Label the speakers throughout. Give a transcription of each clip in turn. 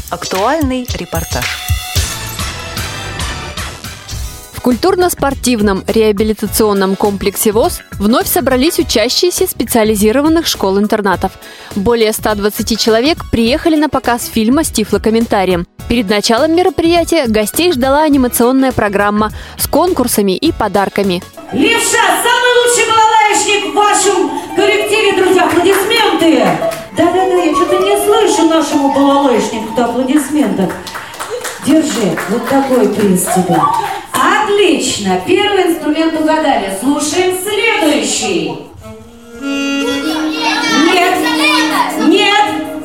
Speaker 1: Актуальный репортаж.
Speaker 2: В культурно-спортивном реабилитационном комплексе ВОС вновь собрались учащиеся специализированных школ-интернатов. Более 120 человек приехали на показ фильма с тифлокомментарием. Перед началом мероприятия гостей ждала анимационная программа с конкурсами и подарками.
Speaker 3: Левша, самый лучший балалайшник в вашем коллективе, друзья, аплодисменты! Да-да-да, я что-то не слышу нашему балалайшнику-то аплодисментов. Держи, вот такой приз тебе. Отлично, первый инструмент угадали. Слушаем следующий. Нет.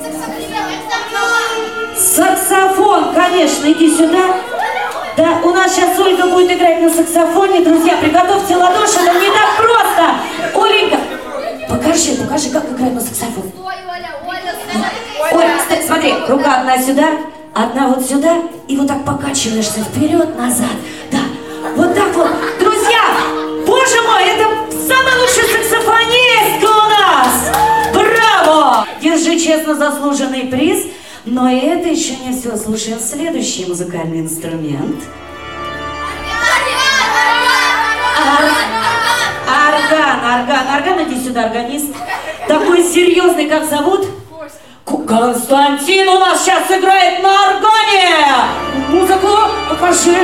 Speaker 3: Саксофон, конечно, иди сюда. Да, у нас сейчас Ольга будет играть на саксофоне. Друзья, приготовьте ладоши, это не так просто. Оленька, покажи, как играть на саксофоне. Ой, смотри, рука одна сюда, одна вот сюда. И вот так покачиваешься вперед-назад. Да, вот так вот. Друзья, боже мой, это самый лучший саксофонистка у нас. Браво! Держи честно заслуженный приз. Но и это еще не все. Слушаем следующий музыкальный инструмент. Орган, иди сюда, органист. Такой серьезный, как зовут? Константин у нас сейчас играет на органе. Музыку покажи.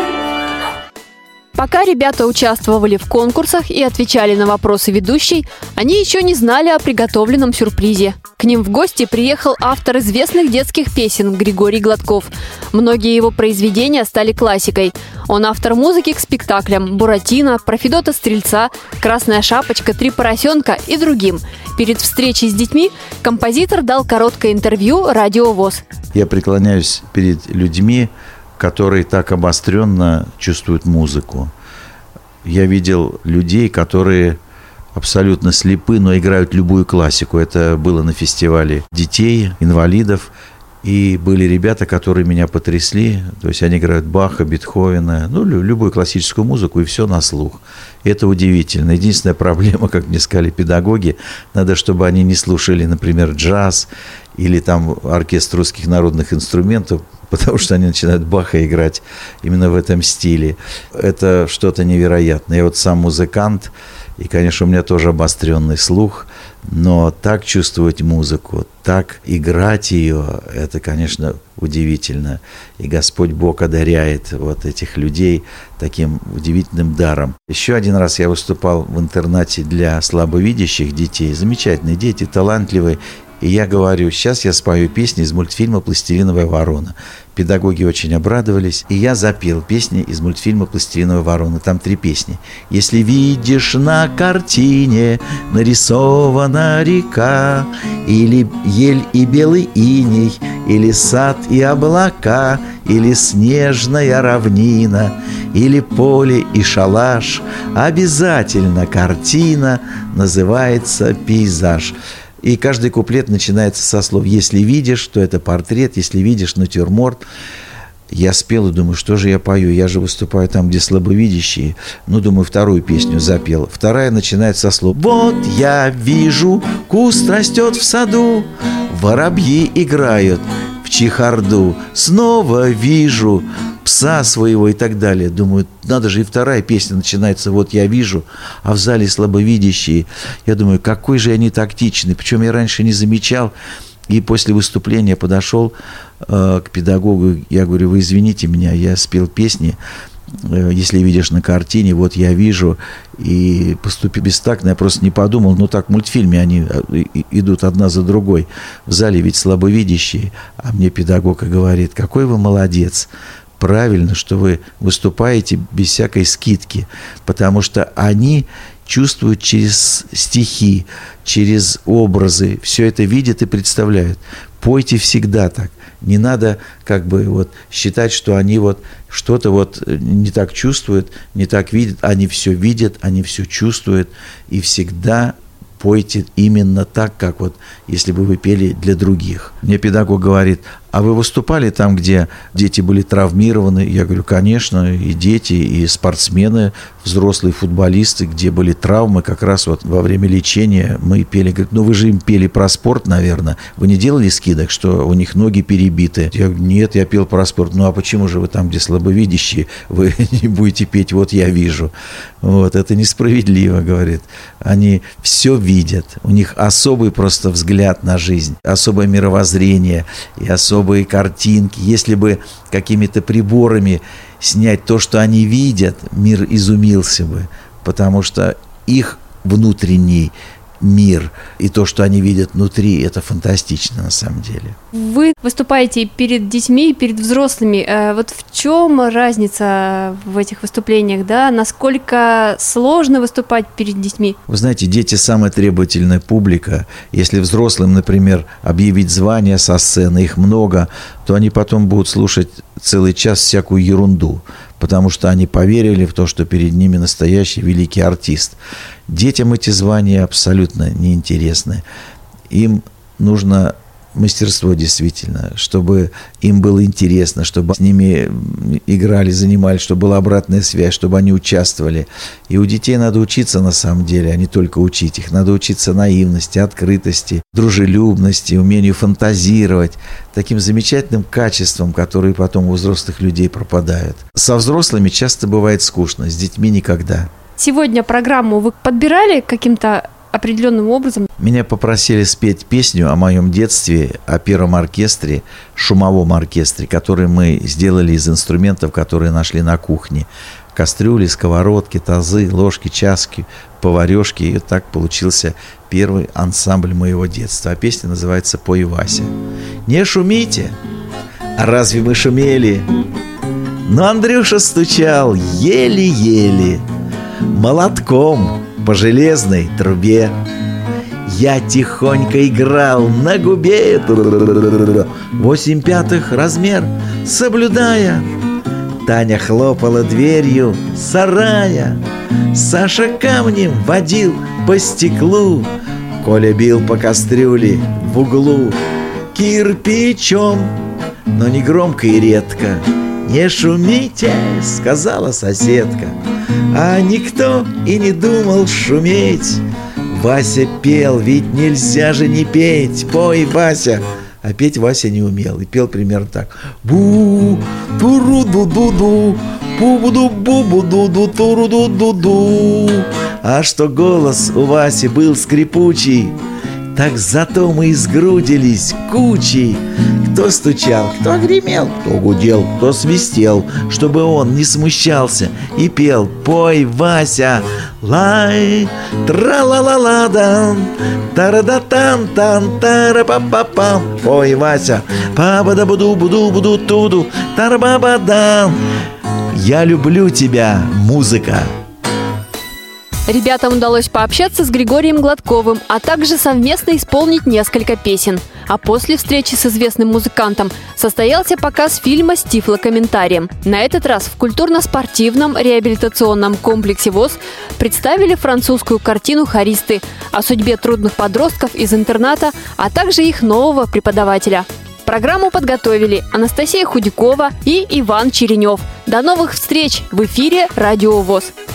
Speaker 2: Пока ребята участвовали в конкурсах и отвечали на вопросы ведущей, они еще не знали о приготовленном сюрпризе. К ним в гости приехал автор известных детских песен Григорий Гладков. Многие его произведения стали классикой. Он автор музыки к спектаклям «Буратино», «Про Федота Стрельца», «Красная шапочка», «Три поросенка» и другим. Перед встречей с детьми композитор дал короткое интервью радио ВОС.
Speaker 4: Я преклоняюсь перед людьми, которые так обостренно чувствуют музыку. Я видел людей, которые абсолютно слепы, но играют любую классику. Это было на фестивале детей, инвалидов. И были ребята, которые меня потрясли. То есть они играют Баха, Бетховена, любую классическую музыку, и все на слух. И это удивительно. Единственная проблема, как мне сказали педагоги, надо, чтобы они не слушали, например, джаз или там оркестр русских народных инструментов, потому что они начинают Баха играть именно в этом стиле. Это что-то невероятное. Я вот сам музыкант, и, конечно, у меня тоже обостренный слух, но так чувствовать музыку, так играть ее, это, конечно, удивительно. И Господь Бог одаряет вот этих людей таким удивительным даром. Еще один раз я выступал в интернате для слабовидящих детей. Замечательные дети, талантливые. И я говорю, сейчас я спою песни из мультфильма «Пластилиновая ворона». Педагоги очень обрадовались, и я запел песни из мультфильма «Пластилиновая ворона». Там 3 песни. «Если видишь на картине нарисована река, или ель и белый иней, или сад и облака, или снежная равнина, или поле и шалаш, обязательно картина называется пейзаж». И каждый куплет начинается со слов «если видишь», то это портрет, «если видишь» натюрморт. Я спел и думаю, что же я пою? Я же выступаю там, где слабовидящие. Думаю, вторую песню запел. Вторая начинается со слов «вот я вижу, куст растет в саду, воробьи играют в чехарду, снова вижу пса своего» и так далее. Думаю, надо же, и вторая песня начинается «вот я вижу», а в зале слабовидящие. Я думаю, какой же я не тактичный, причем я раньше не замечал. И после выступления подошел к педагогу, я говорю, вы извините меня, я спел песни, если видишь на картине, вот я вижу, и поступил бестактно, я просто не подумал, так в мультфильме они идут одна за другой, в зале ведь слабовидящие, а мне педагог говорит, какой вы молодец, правильно, что вы выступаете без всякой скидки, потому что они чувствуют через стихи, через образы, все это видят и представляют. Пойте всегда так. Не надо считать, что они что-то не так чувствуют, не так видят. Они все видят, они все чувствуют. И всегда пойте именно так, как если бы вы пели для других. Мне педагог говорит, а вы выступали там, где дети были травмированы? Я говорю, конечно, и дети, и спортсмены, взрослые футболисты, где были травмы, как раз вот во время лечения мы пели. Говорит, ну вы же им пели про спорт, наверное. Вы не делали скидок, что у них ноги перебиты? Я говорю, нет, я пел про спорт. Ну а почему же вы там, где слабовидящие, вы не будете петь, вот я вижу? Вот, это несправедливо, говорит. Они все видят, у них особый просто взгляд на жизнь, особое мировоззрение и особые картинки. Если бы какими-то приборами снять то, что они видят, мир изумился бы, потому что их внутренний мир и то, что они видят внутри, это фантастично на самом деле.
Speaker 2: Вы выступаете перед детьми, и перед взрослыми. Вот в чем разница в этих выступлениях, да? Насколько сложно выступать перед детьми?
Speaker 4: Вы знаете, дети самая требовательная публика. Если взрослым, например, объявить звание со сцены, их много, то они потом будут слушать целый час всякую ерунду, потому что они поверили в то, что перед ними настоящий великий артист. Детям эти звания абсолютно неинтересны. Им нужно мастерство действительно, чтобы им было интересно, чтобы с ними играли, занимались, чтобы была обратная связь, чтобы они участвовали. И у детей надо учиться на самом деле, а не только учить. Их надо учиться наивности, открытости, дружелюбности, умению фантазировать, таким замечательным качествам, которые потом у взрослых людей пропадают. Со взрослыми часто бывает скучно, с детьми никогда.
Speaker 2: Сегодня программу вы подбирали каким-то определенным образом?
Speaker 4: Меня попросили спеть песню о моем детстве, о первом оркестре, шумовом оркестре, который мы сделали из инструментов, которые нашли на кухне. Кастрюли, сковородки, тазы, ложки, чашки, поварешки. И так получился первый ансамбль моего детства. А песня называется «Пой, Вася». Не шумите! А разве мы шумели? Но Андрюша стучал еле-еле, молотком по железной трубе. Я тихонько играл на губе, 8/5 размер соблюдая. Таня хлопала дверью сарая, Саша камнем водил по стеклу, Коля бил по кастрюле в углу кирпичом, но не громко и редко. «Не шумите», — сказала соседка. А никто и не думал шуметь. Вася пел, ведь нельзя же не петь. Пой, Вася. А петь Вася не умел. И пел примерно так. Бу, туру-ду-ду-ду, бу-бу-ду-бу-бу-ду-ду, туру-ду-ду-ду. А что голос у Васи был скрипучий, так зато мы изгрудились кучей. Кто стучал, кто гремел, кто гудел, кто свистел, чтобы он не смущался и пел: «Пой, Вася, лай, тра-ла-ла-ла-дан, тара-да-тан-тан, тара-па-па-пам». Пой, Вася, па-ба-да-буду-буду-буду-туду, тара-ба-ба-дан. Я люблю тебя, музыка.
Speaker 2: Ребятам удалось пообщаться с Григорием Гладковым, а также совместно исполнить несколько песен. А после встречи с известным музыкантом состоялся показ фильма с тифлокомментарием. На этот раз в культурно-спортивном реабилитационном комплексе ВОС представили французскую картину «Хористы» о судьбе трудных подростков из интерната, а также их нового преподавателя. Программу подготовили Анастасия Худякова и Иван Черенев. До новых встреч в эфире Радио ВОС.